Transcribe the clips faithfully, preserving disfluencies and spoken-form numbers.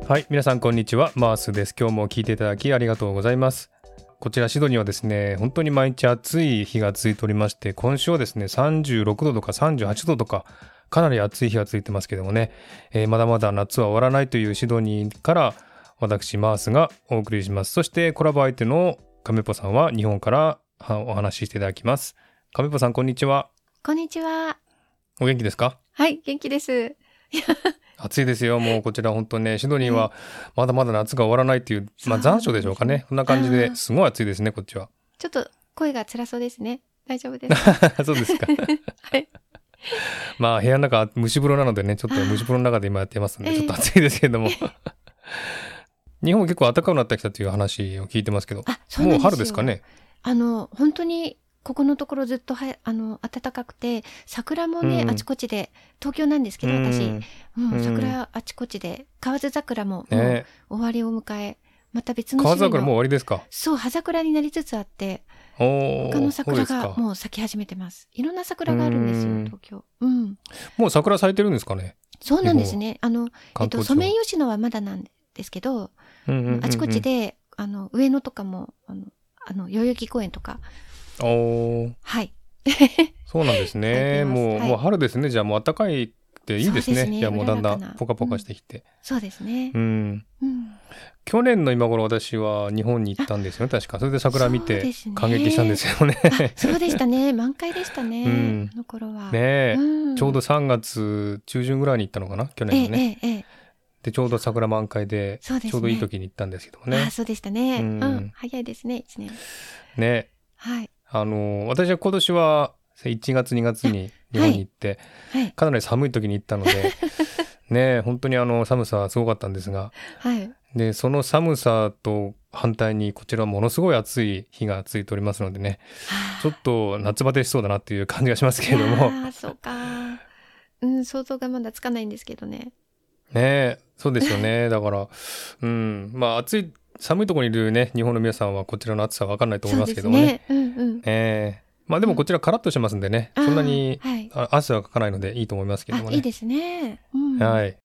はい、皆さんこんにちは、マースです。今日も聞いていただきありがとうございます。こちらシドニーはですね、本当に毎日暑い日が続いておりまして、今週はですねさんじゅうろくどとかさんじゅうはちどとかかなり暑い日が続いてますけどもね、えー、まだまだ夏は終わらないというシドニーから私マースがお送りします。そしてコラボ相手のカメポさんは日本からお話ししていただきます。カメポさん、こんにちは。 こんにちは。 お元気ですか？ はい、元気です。 暑いですよ。もうこちら本当にね、シドニーはまだまだ夏が終わらないっていう、まあ残暑でしょうかね。こんな感じですごい暑いですね、こっちは。 ちょっと声が辛そうですね。大丈夫ですか？ そうですか。 はい。 まあ部屋の中蒸し風呂なのでね、ちょっと蒸し風呂の中で今やってますんで、ちょっと暑いですけれども。日本結構暖かくなってきたという話を聞いてますけど、 あ、そうなんですよ。 もう春ですかね。 あの本当にここのところずっとはあの暖かくて、桜もね、うん、あちこちで、東京なんですけど、私、うん、桜あちこちで、河津桜ももう終わりを迎え、また別の種類の河津桜もう終わりですか？ そう、葉桜になりつつあって、他の桜がもう咲き始めてます。いろんな桜があるんですよ、東京。うん。 もう桜咲いてるんですかね？ そうなんですね。あの、えっと、ソメイヨシノはまだなんですけど、うんうんうんうん、あちこちで、あの、上野とかも、あの、あの代々木公園とか、 おはいそうなんですね。もう、はい、もう春ですね。じゃあもう暖かいっていいですね。ですね。じゃあもうだんだんポカポカしてきて、うん、 そうですね、 うんうん、去年の今頃私は日本に行ったんですよね、確か。それで桜見て感激したんですよね。 そうでしたね。満開でしたね、うん、あの頃はねえ、うん、ちょうどさんがつちゅうじゅんぐらいに行ったのかな、去年のね、ええええ、でちょうど桜満開 で, で、ね、ちょうどいい時に行ったんですけどもね。 あ、そうでしたね、うんうん、早いですね、いちねんね。 はい。 あの私は今年はいちがつにがつに日本に行って、はいはい、かなり寒い時に行ったのでね、本当にあの寒さはすごかったんですが、はい、でその寒さと反対にこちらはものすごい暑い日が続いておりますのでね、ちょっと夏バテしそうだなっていう感じがしますけれども。 あ、そうか、うん、想像がまだつかないんですけどね。 ね、そうですよね。だからうん、まあ暑い寒いところにいるね、日本の皆さんはこちらの暑さは分かんないと思いますけどもね。そうですね、うんうん、えーまあでもこちらカラッとしてますんでね、うん、そんなに汗はかかないのでいいと思いますけどもね。 いいですね、うん、 はい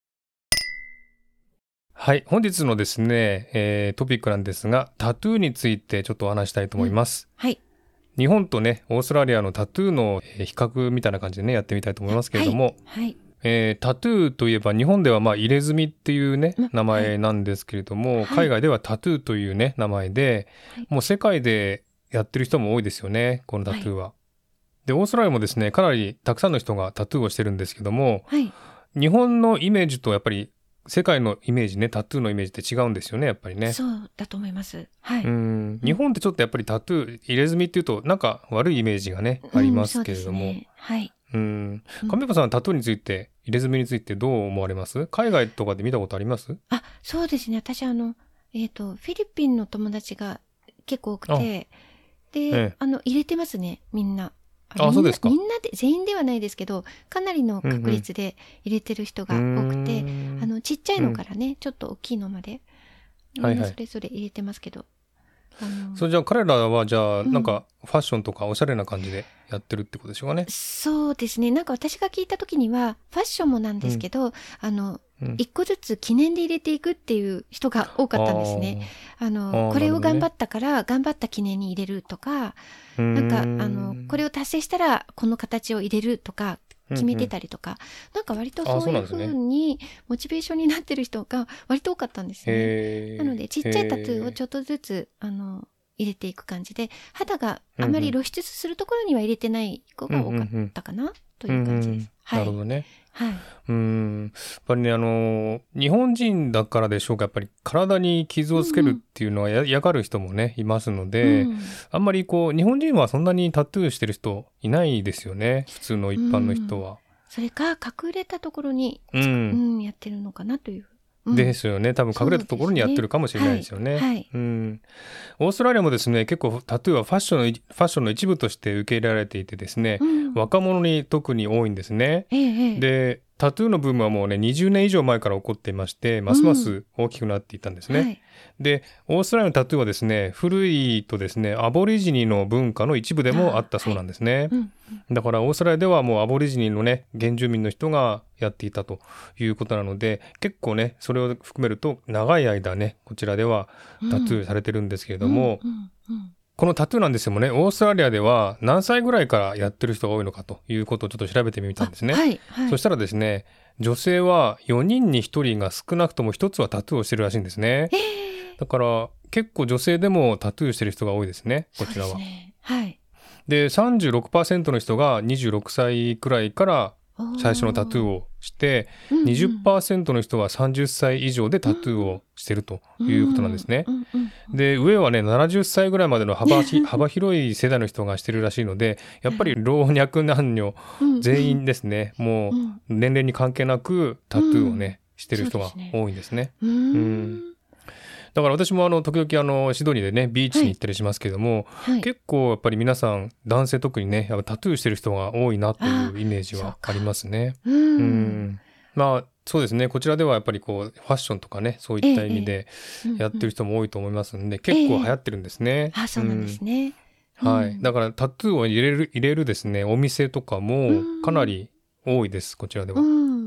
はい、本日のですね、えー、トピックなんですが、タトゥーについてちょっとお話したいと思います、うん、はい。日本とね、オーストラリアのタトゥーの比較みたいな感じでね、やってみたいと思いますけれども、はい、はい、えー、タトゥーといえば日本ではまあ入れ墨っていうね、うん、名前なんですけれども、はい、海外ではタトゥーというね名前で、はい、もう世界でやってる人も多いですよね、このタトゥーは、はい、でオーストラリアもですね、かなりたくさんの人がタトゥーをしてるんですけども、はい、日本のイメージとやっぱり世界のイメージね、タトゥーのイメージって違うんですよね、やっぱりね。 そうだと思います、はい、 うん、日本ってちょっとやっぱりタトゥー入れ墨っていうとなんか悪いイメージがね、うん、ありますけれども、うん、ね、はい、うん、亀子さんはタトゥーについて、入れ墨についてどう思われます？海外とかで見たことあります？ あ、そうですね、私あの、えーと、フィリピンの友達が結構多くて、で、ええ、あの入れてますね、みんな。 あ、そうですか。 みんなで、全員ではないですけど、かなりの確率で入れてる人が多くて、うんうん、あのちっちゃいのからね、うん、ちょっと大きいのまでみんなそれぞれ入れてますけど、 はいはい、あのそれじゃあ彼らはじゃあなんかファッションとかおしゃれな感じでやってるってことでしょうかね。 うん、そうですね、なんか私が聞いた時にはファッションもなんですけど、うん、あの一個ずつ記念で入れていくっていう人が多かったんですね。あのこれを頑張ったから、頑張った記念に入れるとか、なんかあのこれを達成したらこの形を入れるとか決めてたりとか、うんうん、なんか割とそういう風にモチベーションになってる人が割と多かったんですね。なのでちっちゃいタトゥーをちょっとずつあの入れていく感じで、肌があまり露出するところには入れてない子が多かったかなという感じです。 なるほどね。はい、うーん、やっぱりね、あの日本人だからでしょうか、やっぱり体に傷をつけるっていうのはや、嫌がる人もねいますので、うん、あんまりこう日本人はそんなにタトゥーしてる人いないですよね、普通の一般の人は。うん、 それか隠れたところに、うんうん、やってるのかなという。 ですよね、多分隠れたところにやってるかもしれないですよね。はいはい、うん、オーストラリアもですね、結構タトゥーはファッションのファッションの一部として受け入れられていてですね、うん、若者に特に多いんですね。ええ、でタトゥーのブームはもうねにじゅうねん以上前から起こっていまして、ますます大きくなっていったんですね、うんはい、でオーストラリアのタトゥーはですね、古いとですねアボリジニの文化の一部でもあったそうなんですね、はいうんうん、だからオーストラリアではもうアボリジニのね原住民の人がやっていたということなので、結構ねそれを含めると長い間ねこちらではタトゥーされてるんですけれども、うんうんうんうん、このタトゥーなんですけどもね、オーストラリアでは何歳ぐらいからやってる人が多いのかということをちょっと調べてみたんですね、はいはい、そしたらですね、女性はよにんにひとりが少なくともひとつはタトゥーをしてるらしいんですね、えー、だから結構女性でもタトゥーしてる人が多いですね、こちらは。そうですね、はい、で さんじゅうろくパーセント の人がにじゅうろくさいくらいから最初のタトゥーをして、うんうん、にじゅっパーセント の人はさんじゅっさい以上でタトゥーをしてるということなんですね、うんうんうん、で上はねななじゅっさいぐらいまでの 幅, 幅広い世代の人がしてるらしいので、やっぱり老若男女全員ですね、うんうん、もう年齢に関係なくタトゥーをね、うん、してる人が多いんですね、うんうんだから私もあの時々あのシドニーでねビーチに行ったりしますけども、はいはい、結構やっぱり皆さん男性特にねやっぱタトゥーしてる人が多いなというイメージはありますね。うん、うんまあそうですね、こちらではやっぱりこうファッションとかねそういった意味でやってる人も多いと思いますので、ええ結構流行ってるんですね、ええ、 あそうなんですね、 うんはい、だからタトゥーを入れる入れるですねお店とかもかなり多いですこちらでは、うん、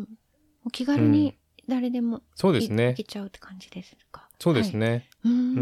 お気軽に誰でも、うん、 そうですね、 行けちゃうって感じですか。 そうですね、はいうんうん、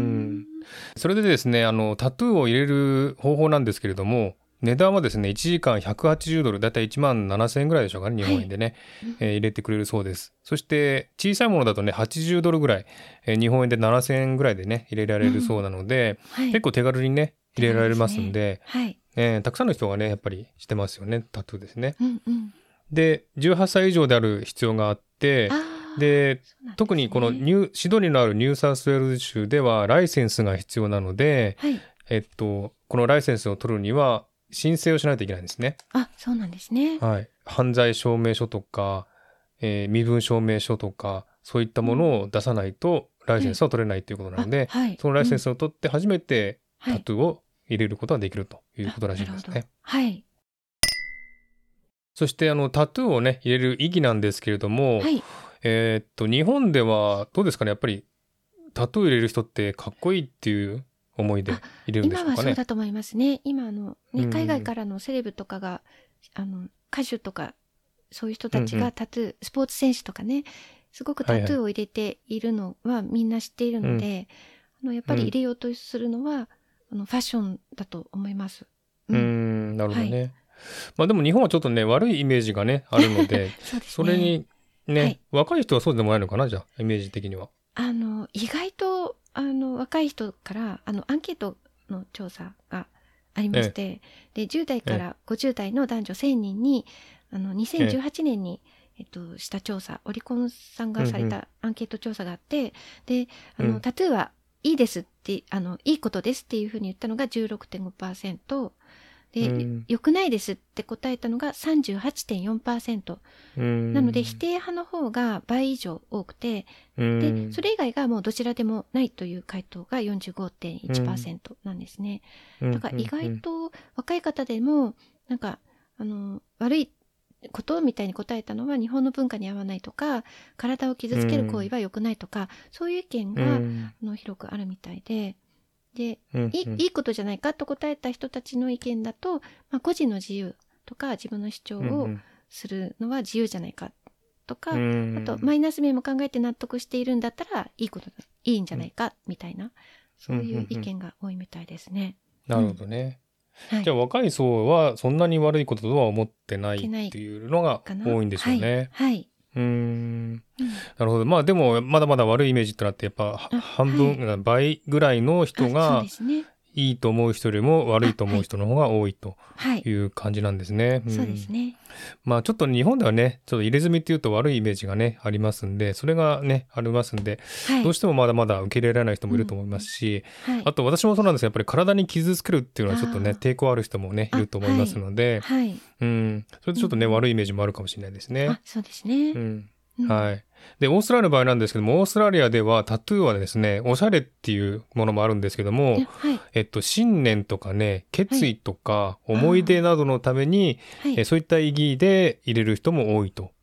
それでですねあのタトゥーを入れる方法なんですけれども、値段はですねいちじかんひゃくはちじゅうドルだいたいいちまんななせんえんぐらいでしょうかね、日本円でね、はいえー、入れてくれるそうです。そして小さいものだとねはちじゅうドルぐらい、えー、日本円でななせんえんぐらいでね入れられるそうなので、うんはい、結構手軽にね入れられますん で, で、ねはいえー、たくさんの人がねやっぱりしてますよねタトゥーですね、うんうん、でじゅうはっさい以上である必要があってで、で、ね、特にこのニュシドニーのあるニューサウスウェールズ州ではライセンスが必要なので、はいえっと、このライセンスを取るには申請をしないといけないんですね。 あ、そうなんですね。 はい、犯罪証明書とか、えー、身分証明書とかそういったものを出さないとライセンスは取れないということなので、はい、そのライセンスを取って初めてタトゥーを入れることができるということらしいですね。はい。そしてあのタトゥーをね入れる意義なんですけれども、はいえー、っと日本ではどうですかね、やっぱりタトゥー入れる人ってかっこいいっていう思いで入れるんでしょうかね。 今はそうだと思いますね。今あの、ね、海外からのセレブとかがあの歌手とかそういう人たちがタトゥー、うんうん、スポーツ選手とかねすごくタトゥーを入れているのはみんな知っているので、はいはい、あのやっぱり入れようとするのは、うん、あのファッションだと思います。 うん、うんなるほどね、はいまあ、でも日本はちょっとね悪いイメージがねあるの で, そ, ね、それにね、はい、若い人はそうでもないのかな、じゃあイメージ的には。 あの意外とあの若い人からあのアンケートの調査がありまして、ええ、でじゅう代からごじゅう代の男女せんにんにあのにせんじゅうはちねんに、ええっと、した調査、オリコンさんがされたアンケート調査があって、うんうん、であの、うん、タトゥーはいいですってあのいいことですっていうふうに言ったのが じゅうろくてんごパーセントで、うん、良くないですって答えたのが さんじゅうはちてんよんパーセント、うん、なので否定派の方が倍以上多くて、うん、でそれ以外がもうどちらでもないという回答が よんじゅうごてんいちパーセント なんですね、うん、だから意外と若い方でもなんかあの悪いことみたいに答えたのは日本の文化に合わないとか体を傷つける行為は良くないとか、うん、そういう意見が、うん、あの広くあるみたいでで、うんうん、い, いいことじゃないかと答えた人たちの意見だと、まあ、個人の自由とか自分の主張をするのは自由じゃないかとか、うんうん、あとマイナス面も考えて納得しているんだったらいいことだいいんじゃないかみたいな、そういう意見が多いみたいですね、 うんうんうん、なるほどね、うんはい、じゃあ若い層はそんなに悪いこととは思ってないっていうのが多いんでしょうね。 はい、はいうーん、うん、なるほど。まあでもまだまだ悪いイメージってなってやっぱ半分、はい、倍ぐらいの人がいいと思う人よりも悪いと思う人の方が多いという感じなんですね。 そうですね。 まあちょっと日本ではねちょっと入れ墨っていうと悪いイメージがねありますんで、それがねありますんで、はい、どうしてもまだまだ受け入れられない人もいると思いますし、うんはい、あと私もそうなんですがやっぱり体に傷つけるっていうのはちょっとね抵抗ある人もねいると思いますので、はいはい、うんそれでちょっとね、うん、悪いイメージもあるかもしれないですね。 あそうですね。 うんはい。で、オーストラリアの場合なんですけども、オーストラリアではタトゥーはですね、おしゃれっていうものもあるんですけども、はい、えっと、信念とかね、決意とか思い出などのために、はい、えそういった意義で入れる人も多いと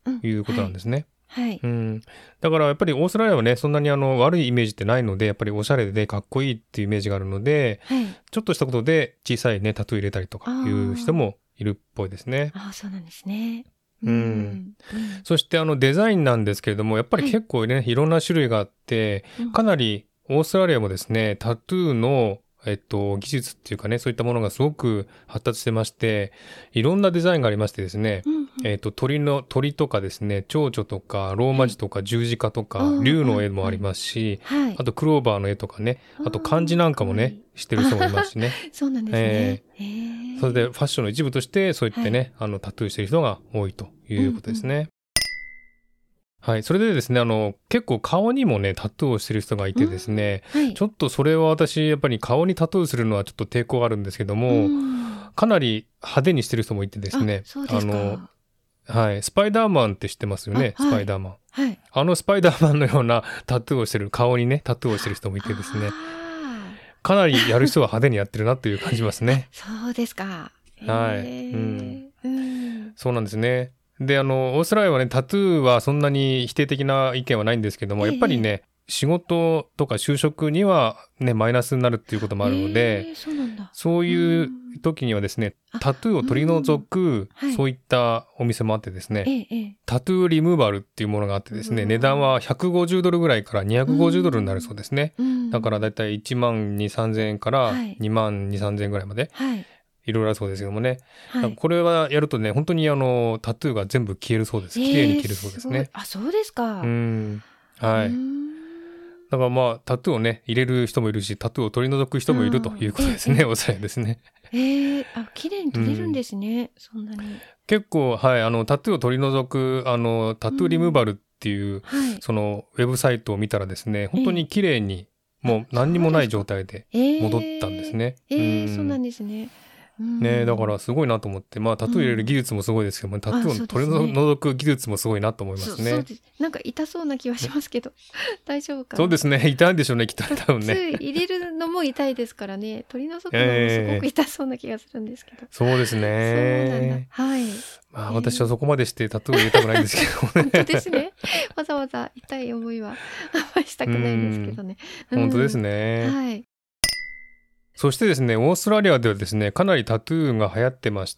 いうことなんですね。 うんはいうん、だからやっぱりオーストラリアはねそんなにあの悪いイメージってないのでやっぱりおしゃれでかっこいいっていうイメージがあるので、 はい、 ちょっとしたことで小さいねタトゥー入れたりとかいう人もいるっぽいですね。 ああそうなんですね。 うん、うん、そしてあのデザインなんですけれどもやっぱり結構ね、はい、いろんな種類があってかなりオーストラリアもですねタトゥーのえっと、技術っていうかねそういったものがすごく発達してましていろんなデザインがありましてですね、うんうんえっと、鳥の鳥とかですね蝶々とかローマ字とか十字架とか、はい、竜の絵もありますし、はい、あとクローバーの絵とかねあと漢字なんかもねしてる人もいますしねそうなんですね、えー、それでファッションの一部としてそういってね、はい、あのタトゥーしてる人が多いということですね、うんうんはい。それでですね、あの、結構顔にもね、タトゥーをしてる人がいてですね、はい、ちょっとそれは私、やっぱり顔にタトゥーするのはちょっと抵抗があるんですけども、かなり派手にしてる人もいてですね、 あ、そうですか。 あの、はい。スパイダーマンって知ってますよね、はい、スパイダーマン。 はい。 あのスパイダーマンのようなタトゥーをしてる、顔にね、タトゥーをしてる人もいてですね、かなりやる人は派手にやってるなという感じますね。 そうですか。 はい、うん。うん。そうなんですね。で、あの、オーストラリアはね、タトゥーはそんなに否定的な意見はないんですけども、えー、やっぱりね、仕事とか就職にはね、マイナスになるっていうこともあるので、 えー、そうなんだ。 そういう時にはですね、タトゥーを取り除く、そういったお店もあってですね、 えー、 タトゥーリムーバルっていうものがあってですね、値段はひゃくごじゅうドルぐらいからにひゃくごじゅうドルになるそうですね。だからだいたいいちまんにせんさんぜんえんからにまんにせんさんぜんえんぐらいまで。はいいろいろあるそうですけどもね、はい、これはやるとね本当にあのタトゥーが全部消えるそうです。綺麗に消えるそうですね。 えー、すあそうですか。 うんはいだからまあタトゥーをね入れる人もいるしタトゥーを取り除く人もいるということですね。おそらくですね。 えー、あ綺麗に取れるんですね、うん、そんなに。 結構はいあのタトゥーを取り除くあのタトゥーリムーバルっていう、うんはい、そのウェブサイトを見たらですね本当に綺麗に、えー、もう何にもない状態で戻ったんですね。 えー、えー、そうなんですね。 ね、だからすごいなと思って、まあタトゥー入れる技術もすごいですけども、うん、タトゥーを取り除く技術もすごいなと思いますね。 そうですなんか痛そうな気はしますけど大丈夫かな。 そうですね痛いんでしょうねきっと多分ね。 タトゥー入れるのも痛いですからね取り除くのもすごく痛そうな気がするんですけど、 えー、そうですね。 そうなんだはい。 まあ私はそこまでしてタトゥー入れたくないんですけどね。 本当ですね。わざわざ痛い思いはあんまりしたくないですけどね。 うん、本当ですね。 はい。 そしてですね、オーストラリアではですね、かなりタトゥーが流行ってまして、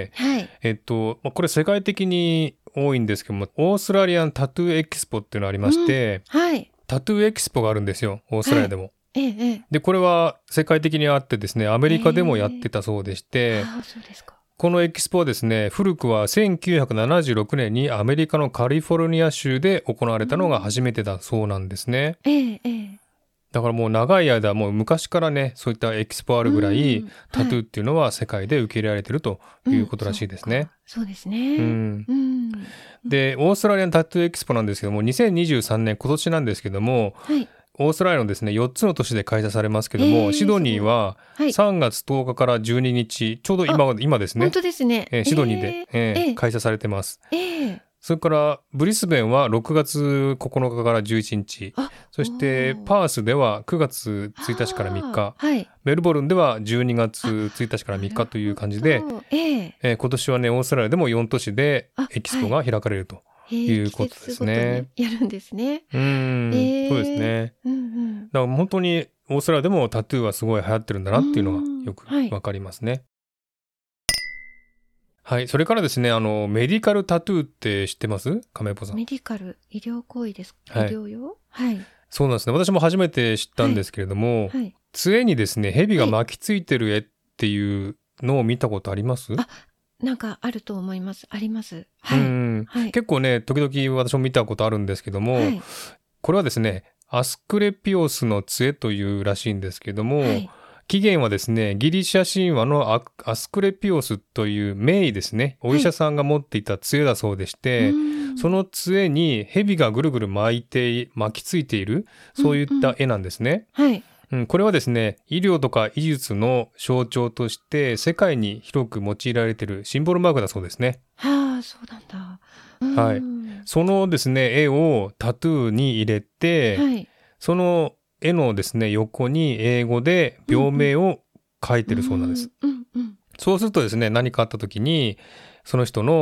はい、えっと、これ世界的に多いんですけども、オーストラリアンタトゥーエキスポっていうのがありまして、うんはい、タトゥーエキスポがあるんですよ、オーストラリアでも。はいええ、で、これは世界的にあってですね、アメリカでもやってたそうでして、えー、あそうですか。このエキスポはですね、古くはせんきゅうひゃくななじゅうろくねんにアメリカのカリフォルニア州で行われたのが初めてだそうなんですね。うん、ええええだからもう長い間もう昔からねそういったエキスポあるぐらい、うん、タトゥーっていうのは世界で受け入れられてるということらしいですね。 うん、そう、そうですね、うんうん、 でオーストラリアンタトゥーエキスポなんですけどもにせんにじゅうさんねん今年なんですけども、はい、オーストラリアのですねよっつの都市で開催されますけども、えー、シドニーはさんがつとおかからじゅうににちちょうど今今ですね本当ですね、 えー、シドニーで、えーえー、開催されてます。 えーそれからブリスベンはろくがつここのかからじゅういちにち、そしてパースではくがつついたちからみっか、はい、メルボルンではじゅうにがつついたちからみっかという感じで、えーえー、今年はねオーストラリアでもよん都市でエキスポが開かれるということですね。 やるんですね。 うん、えー、そうですね、うんうん。だから本当にオーストラリアでもタトゥーはすごい流行ってるんだなっていうのがよくわかりますね。はい、それからですね、あのメディカルタトゥーって知ってます？亀ぽさん。 メディカル医療行為ですか？はい、医療用？はい。 そうなんですね。私も初めて知ったんですけれども、はいはい、杖にですね、蛇が巻きついてる絵っていうのを見たことあります？ あ、なんかあると思います。あります。はい。 うんはい、結構ね、時々私も見たことあるんですけども、はい、これはですね、アスクレピオスの杖というらしいんですけども。はい起源はですね、ギリシャ神話のアスクレピオスという名医ですね、お医者さんが持っていた杖だそうでして、はい、その杖に蛇がぐるぐる巻いて巻きついている、そういった絵なんですね。うんうんはいうん、これはですね、医療とか医術の象徴として世界に広く用いられているシンボルマークだそうですね。 はあ、そうなんだ。うんはい。そのですね、絵をタトゥーに入れて、はい、その絵のですね横に英語で病名を書いてるそうなんです、うんうんうんうん、そうするとですね何かあった時にその人の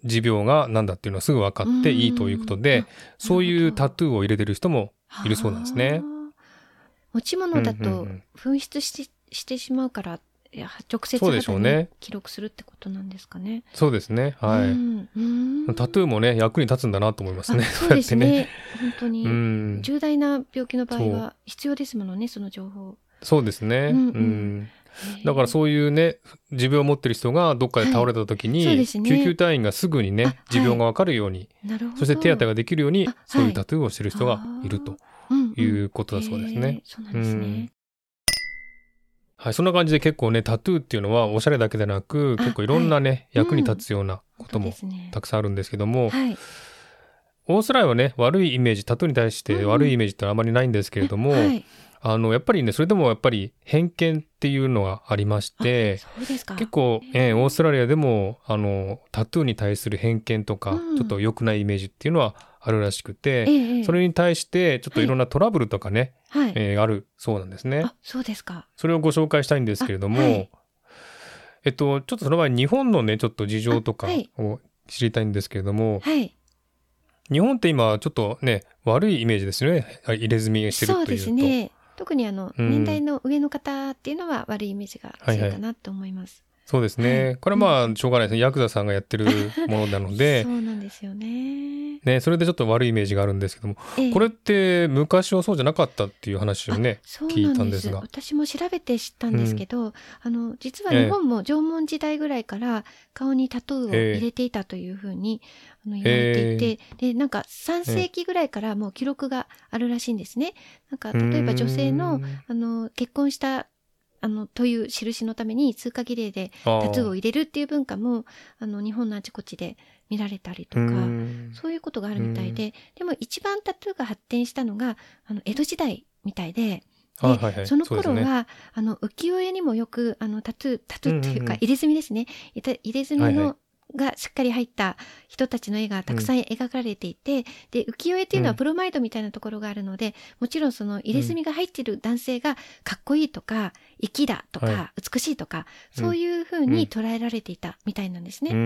持病が何だっていうのはすぐ分かっていいということで、そういうタトゥーを入れてる人もいるそうなんですね。 持ち物だと紛失し、してしまうから、いや直接肌に記録するってことなんですかね。 そうですね。はい。うんうんタトゥーもね、役に立つんだなと思いますね。 そうですね。ね本当に、うん、重大な病気の場合は必要ですものね、その情報。 そうですね。うん、うんうんだからそういうね、持病を持ってる人がどっかで倒れた時に、はいね、救急隊員がすぐにね、持病がわかるように、はい、そして手当てができるように、そういうタトゥーをしてる人がいるということだそうですね。 そうなんですね。 はい、そんな感じで結構ね、タトゥーっていうのはおしゃれだけでなく、結構いろんなね、はい、役に立つようなこともたくさんあるんですけども、はい、オーストラリアはね、悪いイメージ、タトゥーに対して悪いイメージってのはあまりないんですけれども、うんはいあのやっぱりねそれでもやっぱり偏見っていうのがありましてそうですか結構、えー、オーストラリアでもあのタトゥーに対する偏見とか、うん、ちょっと良くないイメージっていうのはあるらしくて、ええ、それに対してちょっといろんなトラブルとかね、はいえー、あるそうなんですね。 あそうですか。 それをご紹介したいんですけれども、はい、えっとちょっとその前に日本のねちょっと事情とかを知りたいんですけれども、はい、日本って今ちょっとね悪いイメージですよね入れ墨してるというと。そうですね特にあの年代の上の方っていうのは悪いイメージが強いかなと思います。 はいはい、そうですね。はい、これはまあしょうがないですね。ヤクザさんがやってるものなので。 そうなんですよね。 ね、それでちょっと悪いイメージがあるんですけども、ええ、これって昔はそうじゃなかったっていう話をね聞いたんですが。 私も調べて知ったんですけど、うん、あの実は日本も縄文時代ぐらいから顔にタトゥーを入れていたというふうに、えー、あの言われていて、えー、でなんかさん世紀ぐらいからもう記録があるらしいんですね。なんか例えば女性のあの結婚したあのという印のために通過儀礼でタトゥーを入れるっていう文化もあの日本のあちこちで見られたりとかそういうことがあるみたいででも一番タトゥーが発展したのがあの江戸時代みたいで。ではいはい、その頃は、ね、あの浮世絵にもよくあのタトゥータトゥーっていうか、うんうん、入れ墨ですね入れ墨の、はいはいがしっかり入った人たちの絵がたくさん描かれていて、うん、で浮世絵っていうのはプロマイドみたいなところがあるので、うん、もちろんその入れ墨が入っている男性がかっこいいとか粋だとか、はい、美しいとかそういう風に捉えられていたみたいなんですね、うん、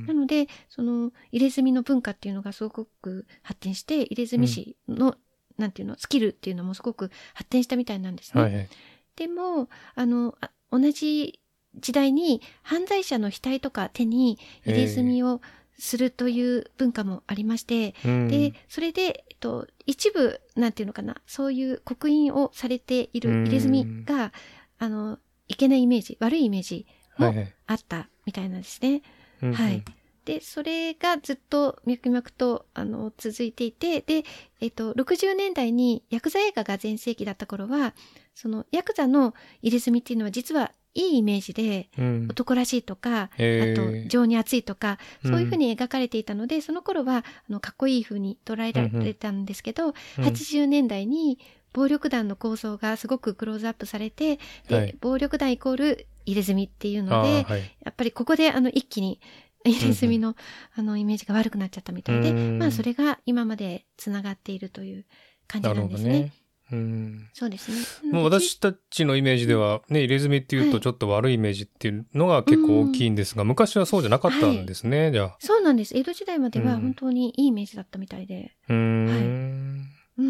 なのでその入れ墨の文化っていうのがすごく発展して入れ墨師の、うん、なんていうのスキルっていうのもすごく発展したみたいなんですね、はいはい、でもあの同じ時代に犯罪者の額とか手に入れ墨をするという文化もありまして、えー、でそれで、えっと、一部なんていうのかなそういう刻印をされている入れ墨があのいけないイメージ悪いイメージもあったみたいなんですね。はい、はい、でそれがずっと脈々とあの続いていてで、えっと、ろくじゅうねんだいにヤクザ映画が全盛期だった頃はそのヤクザの入れ墨っていうのは実はいいイメージで、うん、男らしいとか、えー、あと情に熱いとかそういうふうに描かれていたので、うん、その頃はあのかっこいいふうに捉えられたんですけど、うんうん、はちじゅうねんだいに暴力団の構造がすごくクローズアップされてで、はい、暴力団イコール入れ墨っていうので、はい、やっぱりここであの一気に入れ墨の、うん、あのイメージが悪くなっちゃったみたいで、まあそれが今までつながっているという感じなんですね。うん、そうですね。 もう私たちのイメージではね、入れ墨っていうとちょっと悪いイメージっていうのが結構大きいんですが、はい、昔はそうじゃなかったんですね、はい、じゃあ。 そうなんです。江戸時代までは本当にいいイメージだったみたいで。うん。はい。うんうん。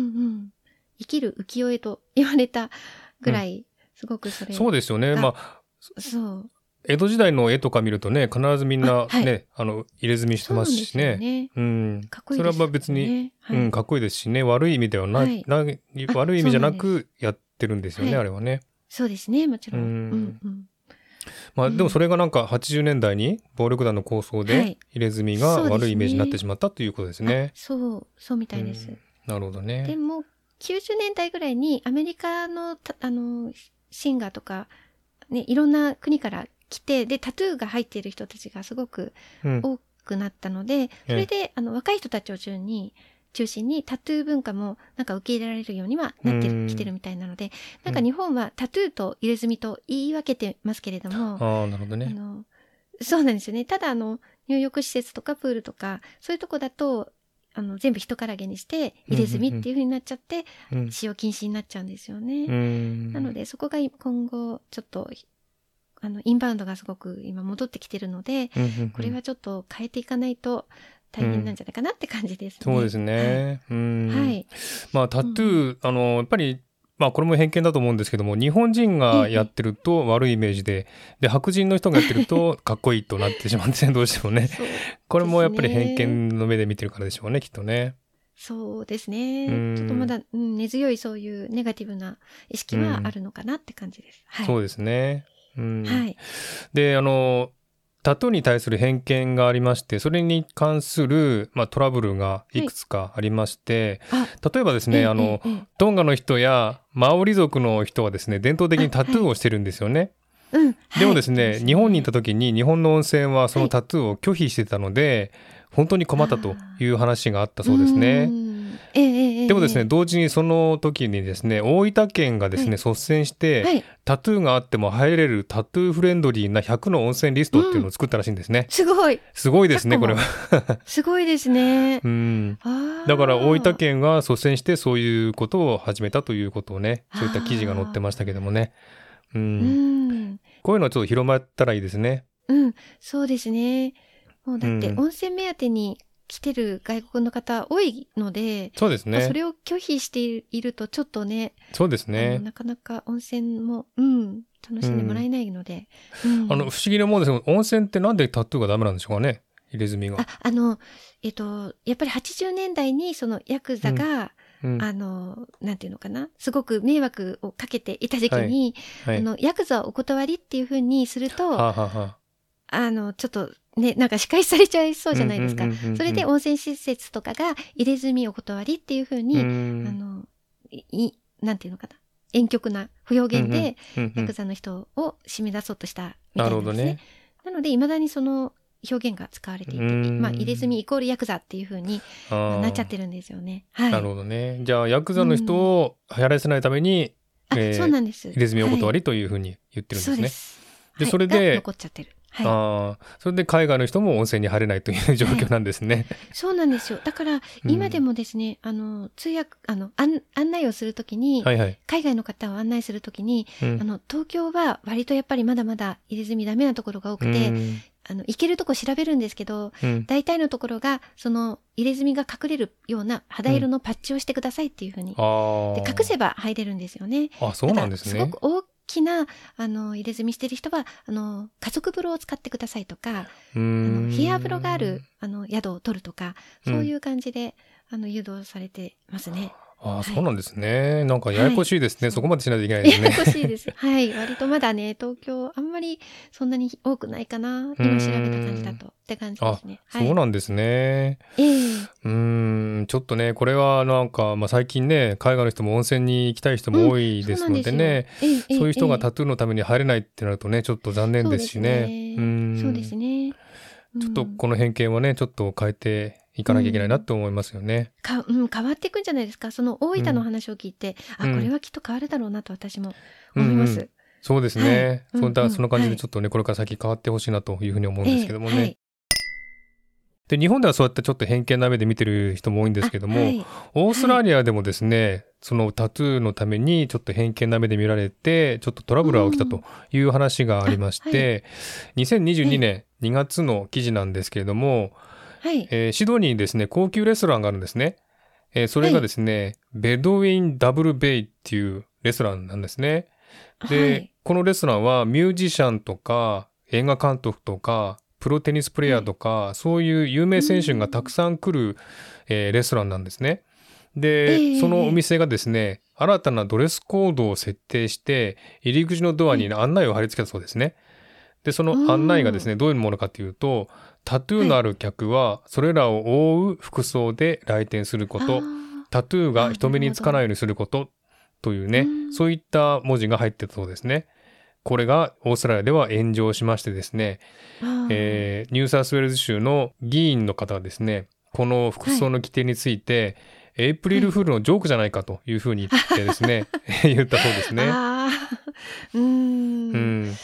生きる浮世絵と言われたぐらい、すごくそれ、 うん。そうですよね。まあ。そう。江戸時代の絵とか見るとね、必ずみんなね、あ、はい、あの入れ墨してますしね。ねうん。かっこいいですよね。それは別に、はい、うん、かっこいいですしね、悪い意味ではな、はい、な悪い意味じゃなくやってるんですよね、はい、あれはね。 そうですね、もちろん。うんうんうん、 まあでもそれがなんかはちじゅうねんだいに暴力団の抗争で入れ墨が悪いイメージになってしまったということですね。 そう、そう、そうみたいです。 なるほどね。 でもきゅうじゅうねんだいぐらいにアメリカのあのシンガーとかね、いろんな国から来てでタトゥーが入っている人たちがすごく多くなったので、うん、それであの若い人たちを中心に中心にタトゥー文化もなんか受け入れられるようにはなってきてるみたいなので、なんか日本はタトゥーと入れ墨と言い分けてますけれども、 ああなるほどね。 あのそうなんですよね。ただあの入浴施設とかプールとかそういうとこだとあの全部一からげにして入れ墨っていう風になっちゃって、うんうんうん、使用禁止になっちゃうんですよね。うんなのでそこが今後ちょっとあのインバウンドがすごく今戻ってきてるので、うんうんうん、これはちょっと変えていかないと大変なんじゃないかなって感じですね。 うん、そうですね。 はい。 うんはい、 まあタトゥー、うん、あのやっぱりまあこれも偏見だと思うんですけども、日本人がやってると悪いイメージで、で白人の人がやってるとかっこいいとなってしまってどうしてもね。これもやっぱり偏見の目で見てるからでしょうね、きっとね。 そうですね。ちょっとまだ、うん、根強いそういうネガティブな意識はあるのかなって感じです。 はい、そうですね。うん、 はい。 で、あのタトゥーに対する偏見がありまして、それに関する、まあ、トラブルがいくつかありまして、はい、例えばですね、あの、えええ、トンガの人やマオリ族の人はですね、伝統的にタトゥーをしてるんですよね。 はいうん、 でもですね、はい、日本に行った時に日本の温泉はそのタトゥーを拒否してたので、はい、本当に困ったという話があったそうですね。 えええ、 でもですね、同時にその時にですね、大分県がですね、はい、率先して、はい、タトゥーがあっても入れるタトゥーフレンドリーなひゃくの温泉リストっていうのを作ったらしいんですね。 うん、すごい。 すごいですね、これは。 すごいですね。 うん。だから大分県が率先してそういうことを始めたということをね、そういった記事が載ってましたけどもね。うん。うんこういうのはちょっと広まったらいいですね。 うん、そうですね。もうだって温泉目当てに来てる外国の方多いので、 そうですね。 それを拒否しているとちょっとね、 そうですね。 なかなか温泉も、うん、楽しんでもらえないので。 うんうん、あの不思議なもんですけど、温泉ってなんでタトゥーがダメなんでしょうかね、入れ墨が。 あ、あの、えっと、やっぱりはちじゅうねんだいにそのヤクザが、うんうん、あの、なんていうのかな、すごく迷惑をかけていた時期に、はいはい、あの、ヤクザお断りっていうふうにすると、はあはあ、あの、ちょっと、ね、なんか仕返しされちゃいそうじゃないですか。それで温泉施設とかが入れ墨お断りっていうふうに、あの、い、なんていうのかな。婉曲な不要言で、ヤクザの人を締め出そうとしたみたいなんですね。なるほどね。なので、未だにその表現が使われていて、まあ、入れ墨イコールヤクザっていうふうに、まあ、なっちゃってるんですよね。はい。 なるほどね。じゃあ、ヤクザの人を流行らせないために、 うんえー、そうなんです。 入れ墨お断りというふうに言ってるんですね。はい、そうです。で、それで、 で、 残っちゃってる。はい、 あそれで海外の人も温泉に入れないという状況なんですね。はい、 そうなんですよ。だから今でもですね、うん、あの通訳あの案案内をするときに、はいはい、海外の方を案内するときに、うん、あの東京は割とやっぱりまだまだ入れ墨ダメなところが多くて、うん、あの行けるとこ調べるんですけど、うん、大体のところがその入れ墨が隠れるような肌色のパッチをしてくださいっていうふうに、うん、で隠せば入れるんですよね。 あ、そうなんですね。 すごく大きなあの入れ墨してる人はあの家族風呂を使ってくださいとか、あの冷や風呂があるあの宿を取るとか、そういう感じで、うん、あの誘導されてますね。 ああ、はい、そうなんですね。なんかややこしいですね。はい、そこまでしないといけないですね。 ややこしいです。はい。割とまだね、東京あんまりそんなに多くないかな。今調べた感じだとって感じですね。 あ、はい、そうなんですね。えー、うーん、ちょっとね、これはなんか、まあ、最近ね、海外の人も温泉に行きたい人も多いですのでね、うん、そう, そういう人がタトゥーのために入れないってなるとね、ちょっと残念ですしね。 そうですね。 ちょっとこの偏見はね、ちょっと変えていかなきゃいけないなって思いますよね。 うんかうん、変わっていくんじゃないですか。その大分の話を聞いて、うん、あ、これはきっと変わるだろうなと私も思います。うんうん、 そうですね。はい、そんな、その感じでちょっとね、はい、これから先変わってほしいなというふうに思うんですけどもね。えーはいで、日本ではそうやってちょっと偏見な目で見てる人も多いんですけども、はい、オーストラリアでもですね、はい、そのタトゥーのためにちょっと偏見な目で見られて、ちょっとトラブルが起きたという話がありまして、はい、にせんにじゅうにねんにがつの記事なんですけれども、はいえー、シドニーにですね、高級レストランがあるんですね。えー、それがですね、はい、ベドウィンダブルベイっていうレストランなんですね。で、はい、このレストランはミュージシャンとか映画監督とかプロテニスプレーヤーとか、はい、そういう有名選手がたくさん来る、えー、レストランなんですね。で、えー、そのお店がですね、新たなドレスコードを設定して入り口のドアに案内を貼り付けたそうですね。で、その案内がですね、どういうものかというと、タトゥーのある客はそれらを覆う服装で来店すること、タトゥーが人目につかないようにすることというね、そういった文字が入ってたそうですね。これがオーストラリアでは炎上しましてですね、えー、ニューサウスウェールズ州の議員の方がですね、この服装の規定について、はい、エイプリルフールのジョークじゃないかというふうに言ってですね、はい、言ったそうですね。 あうーんうん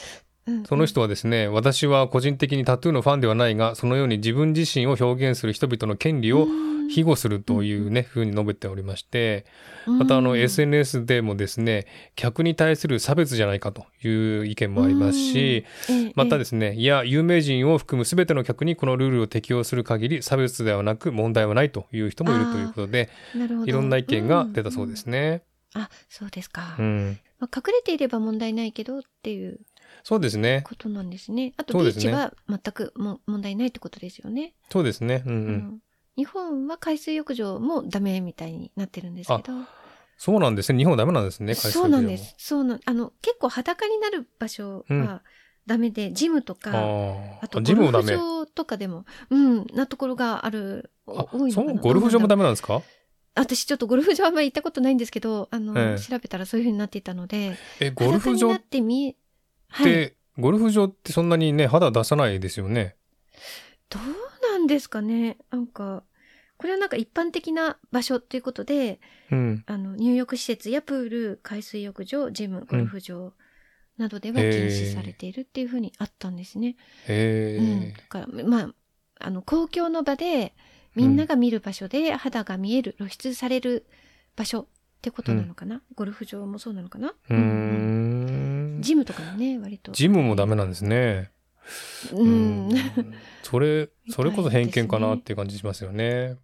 うんうん、 その人はですね、私は個人的にタトゥーのファンではないが、そのように自分自身を表現する人々の権利を庇護するというね、ふうに述べておりまして、またあの エスエヌエス でもですね、客に対する差別じゃないかという意見もありますし、またですね、いや、有名人を含む全ての客にこのルールを適用する限り差別ではなく問題はないという人もいるということで、いろんな意見が出たそうですね。 うんうん、あ、そうですか。 うん、 まあ、隠れていれば問題ないけどっていうそうですね。 ことなんですね。あとビーチは全くも問題ないってことですよね。 そうですね。うんうん、 日本は海水浴場もダメみたいになってるんですけど。 そうなんですね。日本はダメなんですね。海水浴場も。 そうなんです。そうなん、あの結構裸になる場所はダメで、うん、ジムとか、あ, あとゴルフ場とかでも、うん、なところがある。 あ、多いのかな。そう、ゴルフ場もダメなんですか？ 私ちょっとゴルフ場はあんまり行ったことないんですけど、あの、ええ、調べたらそういう風になっていたので、 え、ゴルフ場って、はい、ゴルフ場ってそんなにね、肌出さないですよね。 どうなんですかね。なんか、これはなんか一般的な場所ということで、うん、あの入浴施設やプール、海水浴場、ジム、ゴルフ場などでは禁止されているっていう風にあったんですね。 へー、 うん、だからまあ、あの公共の場で、みんなが見る場所で肌が見える、露出される場所ってことなのかな、うん、ゴルフ場もそうなのかな、 うーん、うん、 ジムとかもね、割と。 ジムもダメなんですね。 うん。 それ、それこそ偏見かなっていう感じしますよね。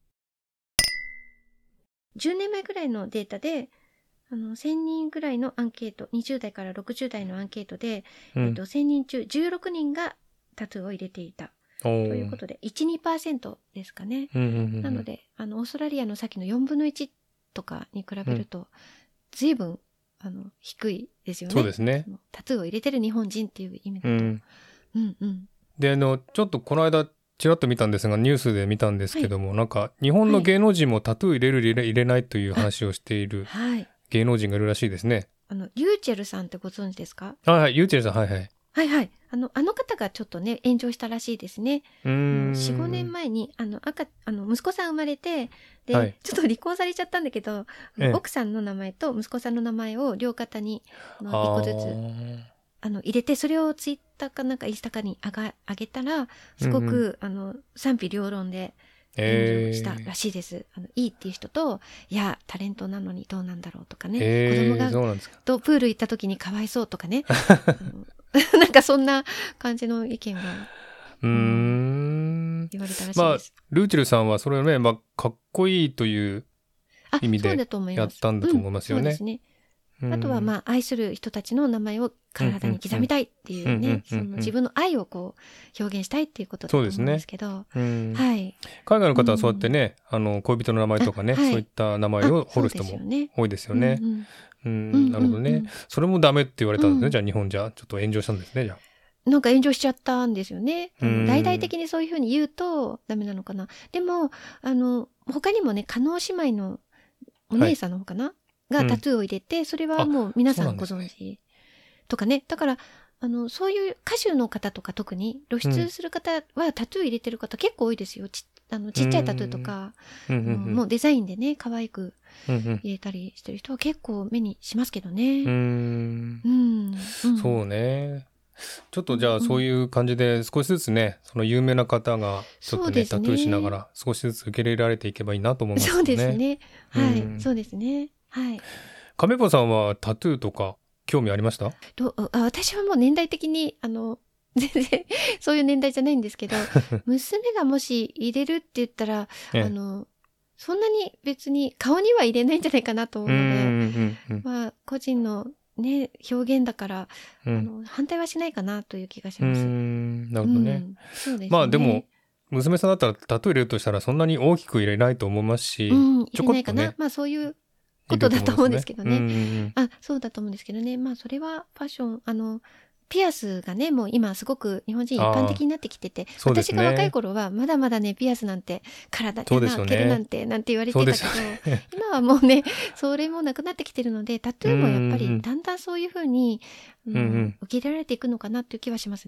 じゅうねんまえぐらいのデータで、あの、せんにんぐらいのアンケート、にじゅう代からろくじゅう代のアンケートで、うん、えっと、せんにん中じゅうろくにんがタトゥーを入れていた。ということで いち、にパーセント ですかね、 うんうんうんうん、 なのであのオーストラリアのさっきのよんぶんのいちとかに比べると、うん、随分あの低いですよね。 そうですね。 タトゥーを入れてる日本人っていう意味だと、うんうんうん、 であのちょっとこの間ちらっと見たんですがニュースで見たんですけども、はい、なんか日本の芸能人もタトゥー入れる入れ入れないという話をしている芸能人がいるらしいですね。 あのリューチェルさんってご存知ですか？ あ、はい、リューチェルさん、はいはいはいはい、あのあの方がちょっとね炎上したらしいですね。 うーん、 よん、ごねんまえにあの赤あの息子さん生まれてで、はい、ちょっと離婚されちゃったんだけど、ええ、奥さんの名前と息子さんの名前を両肩にあのいっこずつあの入れて、それをツイッターかなんかインスタかに上が上げたらすごく、うんうん、あの賛否両論で炎上したらしいです、えー、あのいいっていう人と、いやタレントなのにどうなんだろうとかね、 えー、 子供がそうなんですかとプール行った時にかわいそうとかねなんかそんな感じの意見がうーん言われたらしいです。 まあ、ルーチェルさんはそれをね、まあ、かっこいいという意味でやったんだと思いますよね。 そうですね。あとはまあ愛する人たちの名前を体に刻みたいっていうね、その自分の愛をこう表現したいっていうことだと思うんですけど、 うん、 はい。 海外の方はそうやってね、うん、あの恋人の名前とかね、はい、そういった名前を彫る人も多いですよね。うん、なるほどね、うんうんうん。それもダメって言われたんですね。うん、じゃあ日本じゃちょっと炎上したんですね。じゃあ。 なんか炎上しちゃったんですよね。大々的にそういうふうに言うとダメなのかな。でもあの他にもね、叶姉妹のお姉さんの方かな。はいがタトゥーを入れて、うん、それはもう皆さんご存知とかね。だからあのそういう歌手の方とか特に露出する方はタトゥー入れてる方結構多いですよ。ちあのちっちゃいタトゥーとか、うんうんうん、もうデザインでね可愛く入れたりしてる人は結構目にしますけどね。 うん、うんうん、そうね。ちょっとじゃあそういう感じで少しずつね、その有名な方がちょっと ね, ねタトゥーしながら少しずつ受け入れられていけばいいなと思いますね。 そうですね。はい、うん、そうですね。はい。 亀子さんはタトゥーとか興味ありました？ とあ私はもう年代的にあの全然そういう年代じゃないんですけど娘がもし入れるって言ったらあのそんなに別に顔には入れないんじゃないかなと思うので、うんうんうん、まあ個人のね表現だから、うん、あの反対はしないかなという気がします。うーん、なるほどね。うん、そうですね。まあでも娘さんだったらタトゥー入れるとしたらそんなに大きく入れないと思いますし、 うん、ちょこっとね、入れないかな。まあそういうことだと思うんですけどね。うんうんうん、あ、そうだと思うんですけどね。まあそれはファッション、あのピアスがね、もう今すごく日本人一般的になってきてて、ね、私が若い頃はまだまだねピアスなんて体で開けるなんて、ね、なんて言われてたけど、ね、今はもうねそれもなくなってきてるので、タトゥーもやっぱりだんだんそういう風に、うんうん、受け入れられていくのかなっていう気はしますね。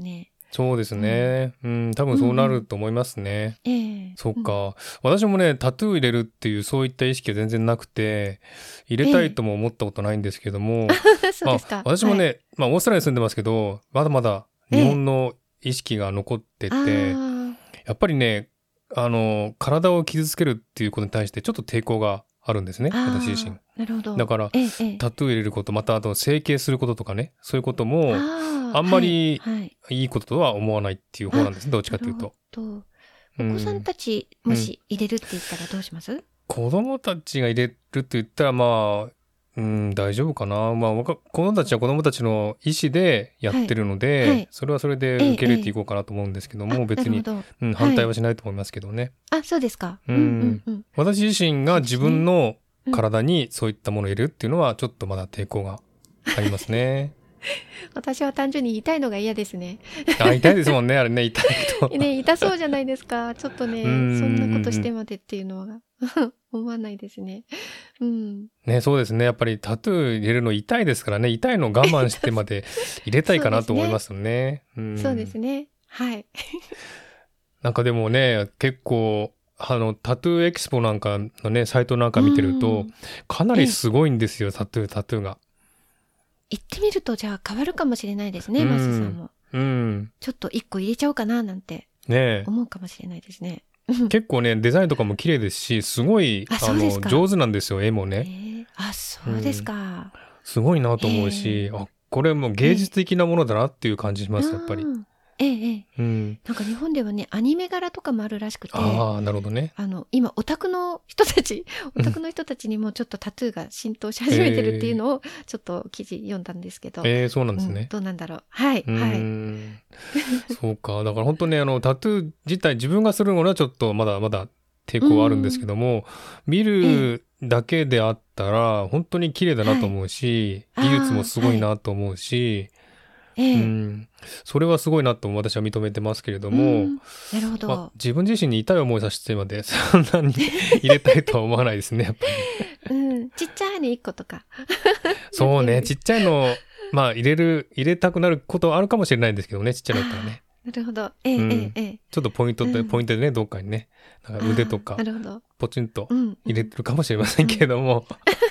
そうですね、うん、うん、多分そうなると思いますね、うんうん、えー、そっか、うん、私もねタトゥー入れるっていうそういった意識は全然なくて入れたいとも思ったことないんですけども、えー、そうですか。 まあ、私もね、はい、まあ、オーストラリアに住んでますけどまだまだ日本の意識が残ってて、えー、やっぱりねあの体を傷つけるっていうことに対してちょっと抵抗があるんですね、私自身。 なるほど。 だから、 ええ、 タトゥー入れること、またあと整形することとかね、そういうこともあんまりいいこととは思わないっていう方なんですね、どっちかというと。 お子さんたち、もし入れるって言ったらどうします？うん、 子供たちが入れるって言ったらまあ、うん、大丈夫かな。まあ、子供たちは子供たちの意思でやってるので、はいはい、それはそれで受け入れていこうかなと思うんですけども、ええ、別に、うん、反対はしないと思いますけどね。 はい、あ、そうですか。 うんうんうん、私自身が自分の体にそういったものを入れるっていうのはちょっとまだ抵抗がありますね。 私は単純に痛いのが嫌ですね。 あ、痛いですもんね、あれね、痛いと。 ね、痛そうじゃないですか。ちょっとね、そんなことしてまでっていうのは思わないですね。うん。 ね、そうですね。やっぱりタトゥー入れるの痛いですからね、痛いの我慢してまで入れたいかなと思いますよね。 そうですね。はい。 なんかでもね、結構、あの、タトゥーエキスポなんかのね、サイトなんか見てると、かなりすごいんですよ、タトゥー、タトゥーが。 行ってみると、じゃあ変わるかもしれないですね、マスさんも。うん。ちょっと一個入れちゃおうかな、なんて。ね、思うかもしれないですね。 結構ね、デザインとかも綺麗ですし、すごい、あ, あの、上手なんですよ、絵もね。 えー、あ、そうですか、うん。 すごいなと思うし、えー、あ、これもう芸術的なものだなっていう感じします、えー、やっぱり。 ええええ、うん、なんか日本ではねアニメ柄とかもあるらしくて、 ああなるほどね。 あの今オタクの人たちオタクの人たちにもちょっとタトゥーが浸透し始めてるっていうのをちょっと記事読んだんですけど、 えー、そうなんですね、 うん、どうなんだろう、はいはいそうか、だから本当ねあのタトゥー自体自分がするのはちょっとまだまだ抵抗はあるんですけども、見るだけであったら本当に綺麗だなと思うし、はい、技術もすごいなと思うし、はい、うん、それはすごいなと私は認めてますけれども、 なるほど、まあ、自分自身に痛い思いさせてまでそんなに入れたいとは思わないですねやっぱり、うん、ちっちゃいのいっことかそうね、ちっちゃいのまあ入れる入れたくなることはあるかもしれないんですけどね、ちっちゃいのだったらね。 なるほど、ええ、うん、ええ、ちょっとポイントで、うん、ポイントでねどっかにねなんか腕とかポチンと入れてるかもしれませんけれども、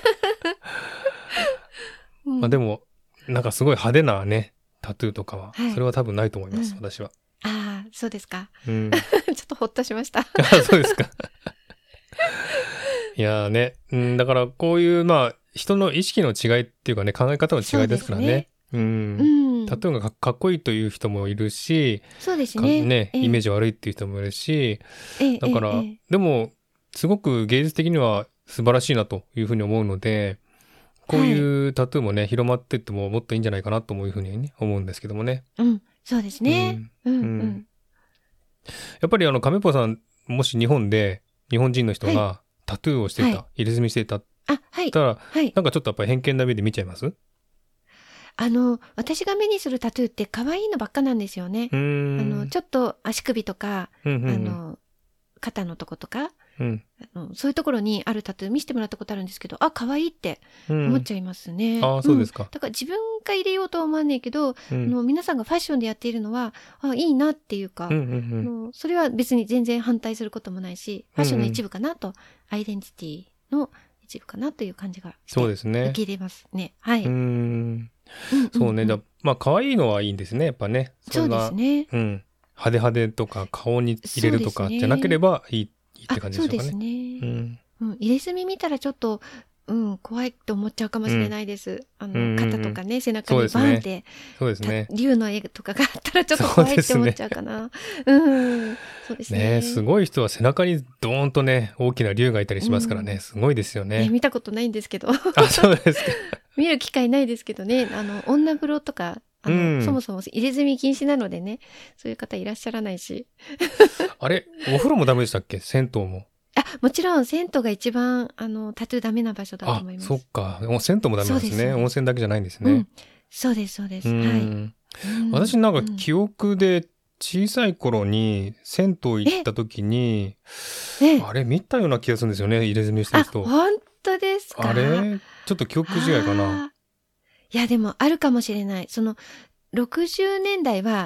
うん、まあでもなんかすごい派手なねタトゥーとかは、はい、それは多分ないと思います、うん、私は。 ああそうですか、 うん、 ちょっとほっとしました。 あ、そうですか。いやね、うん、だからこういうまあ人の意識の違いっていうかね考え方の違いですからね。ね、うん、うん、タトゥーが か, かっこいいという人もいるし、 そうですね、 ね、イメージ悪いっていう人もいるし、えだから、ええ、でもすごく芸術的には素晴らしいなというふうに思うので、こういうタトゥーもね、はい、広まっていってももっといいんじゃないかなというふうに、ね、思うんですけどもね。 うん、そうですね。うんうんうん、 やっぱりあの亀ぽさんもし日本で日本人の人がタトゥーをしてた、はい、入れ墨してたあ、はい、 たら、はい、なんかちょっとやっぱり偏見な目で見ちゃいます？ あの私が目にするタトゥーって可愛いのばっかなんですよね。あのちょっと足首とか、うんうんうん、あの肩のとことか、うん、あのそういうところにあるタトゥー見せてもらったことあるんですけど、あ、可愛いって思っちゃいますね。 うん、あ、そうですか、うん。 だから自分が入れようとは思わないけど、うん、あの皆さんがファッションでやっているのはあいいなっていうか、うんうんうん、あのそれは別に全然反対することもないし、ファッションの一部かなと、うんうん、アイデンティティの一部かなという感じがして、 そうですね、 受け入れますね。はい。 うーん、うんうんうん、そうね。だまあ可愛いのはいいんですね。やっぱね。 そんな、そうですね。 うん。派手派手とか顔に入れるとかじゃなければいい、ね、いいって感じでしょうかね。 そうですね。うんうん、入れ墨見たらちょっと、うん、怖いって思っちゃうかもしれないです。うん、あの、うんうん、肩とかね、背中にバーンって、 そうですね。 竜の絵とかがあったらちょっと怖いって思っちゃうかな。う, ね、うん、そうですね。 ね、すごい人は背中にドーンとね、大きな竜がいたりしますからね、うん、すごいですよね。 え、見たことないんですけど。 あ、そうですか。 見る機会ないですけどね、あの女風呂とかあの、うん、そもそも入れ墨禁止なのでね、そういう方いらっしゃらないし。 あれ、お風呂もダメでしたっけ？銭湯も。 あ、もちろん銭湯が一番あのタトゥーダメな場所だと思います。 あ、そっか。もう銭湯もダメなんですね。温泉だけじゃないんですね。 うん、そうですそうです。はい。 私なんか記憶で小さい頃に銭湯行った時に、あれ見たような気がするんですよね。入れ墨してる人。 あ、本当ですか？ あれちょっと記憶違いかな。 いやでもあるかもしれない。そのろくじゅうねんだいは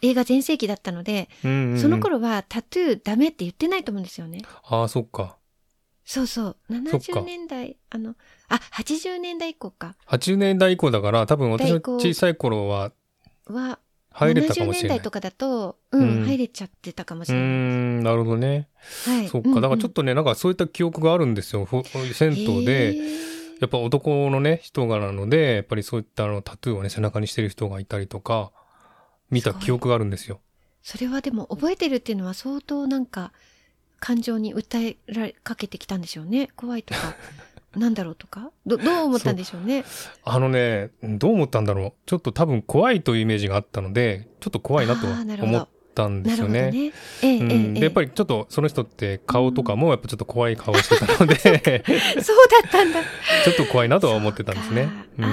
映画全盛期だったので、うんうんうん、その頃はタトゥーダメって言ってないと思うんですよね。 ああ、そっか。 そうそう。ななじゅうねんだい、あの、あ、はちじゅうねんだい以降か。 はちじゅうねんだい以降だから、多分私の小さい頃は、は、入れたかもしれない。ななじゅうねんだいとかだと、うん、うん、入れちゃってたかもしれないです。うん、なるほどね。はい。そっか。だからちょっとね、なんかそういった記憶があるんですよ。銭湯で、やっぱ男のね、人がなので、やっぱりそういったあのタトゥーをね、背中にしてる人がいたりとか、見た記憶があるんですよ。 それはでも覚えてるっていうのは相当なんか、感情に訴えられかけてきたんでしょうね。怖いとか。なんだろうとかどどう思ったんでしょうね。 あのね、どう思ったんだろう。ちょっと多分怖いというイメージがあったので、ちょっと怖いなと思ったんですよね。ねええうん、でやっぱりちょっとその人って顔とかもやっぱちょっと怖い顔してたので、 うん、そうだったんだ。 ちょっと怖いなとは思ってたんですね。うん、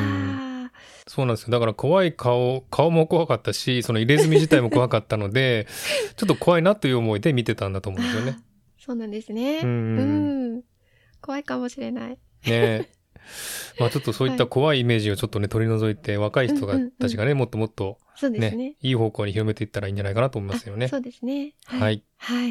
そうなんですよ。だから怖い顔、顔も怖かったし、その入れ墨自体も怖かったので、ちょっと怖いなという思いで見てたんだと思うんですよね。 そうなんですね。うん、うん、怖いかもしれない。 ねまあちょっとそういった怖いイメージをちょっとね取り除いて、若い人がたちがね、もっともっとそうですね、 いい方向に広めていったらいいんじゃないかなと思いますよね。 そうですね。 はい。 はい。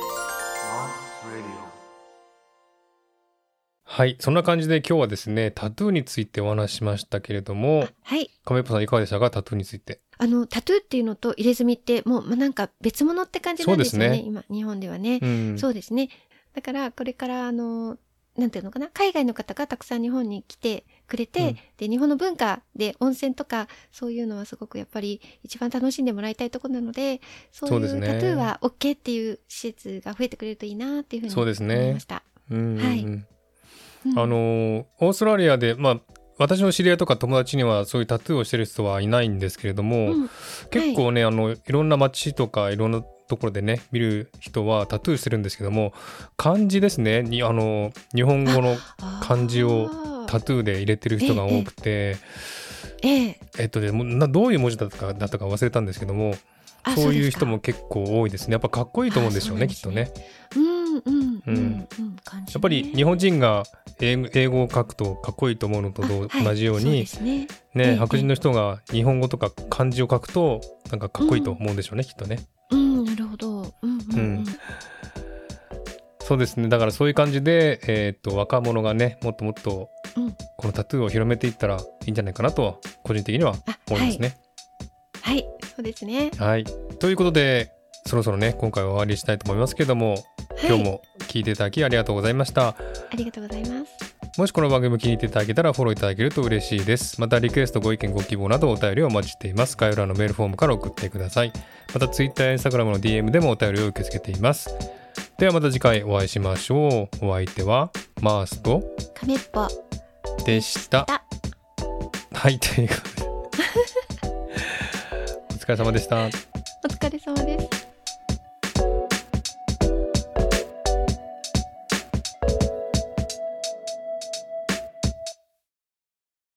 はい。そんな感じで今日はですね、タトゥーについてお話ししましたけれども、 はい。 亀っぽさんいかがでしたか、タトゥーについて。 あの、タトゥーっていうのと入れ墨ってもう、まあ、なんか別物って感じなんですよね。そうですね。今、日本ではね。うん、そうですね。だからこれからあの、なんていうのかな、海外の方がたくさん日本に来てくれて、うん、で日本の文化で温泉とかそういうのはすごくやっぱり一番楽しんでもらいたいところなので、そういうタトゥーは OK っていう施設が増えてくれるといいなっていうふうに思いました。 そうですね。はい。うん、あのオーストラリアでまあ私の知り合いとか友達にはそういうタトゥーをしてる人はいないんですけれども、うん、結構ね、はい、あのいろんな街とかいろんなところでね見る人はタトゥーしてるんですけども、漢字ですねにあの日本語の漢字をタトゥーで入れてる人が多くて、ええええっとねなどういう文字だったかだったか忘れたんですけども、そういう人も結構多いですね。やっぱかっこいいと思うんでしょうね、きっとね。 うんうんうんうん、 やっぱり日本人が英語を書くとかっこいいと思うのと同じように、ねね、白人の人が日本語とか漢字を書くとなんかかっこいいと思うんでしょうね、きっとね。 うん、なるほど。うんうんうんうん、 そうですね。だからそういう感じで、えー、っと若者がねもっともっとこのタトゥーを広めていったらいいんじゃないかなと個人的には思いますね。 はい、はい、そうですね。 はい。ということでそろそろね今回は終わりにしたいと思いますけども、はい、今日も聞いていただきありがとうございました。 ありがとうございます。 もしこの番組気に入っていただけたらフォローいただけると嬉しいです。またリクエストご意見ご希望などお便りをお待ちしています。概要欄のメールフォームから送ってください。また Twitter や Instagram の ディーエム でもお便りを受け付けています。ではまた次回お会いしましょう。お相手はマースと亀っぽでした。はい、ということでお疲れ様でした。 お疲れ様です。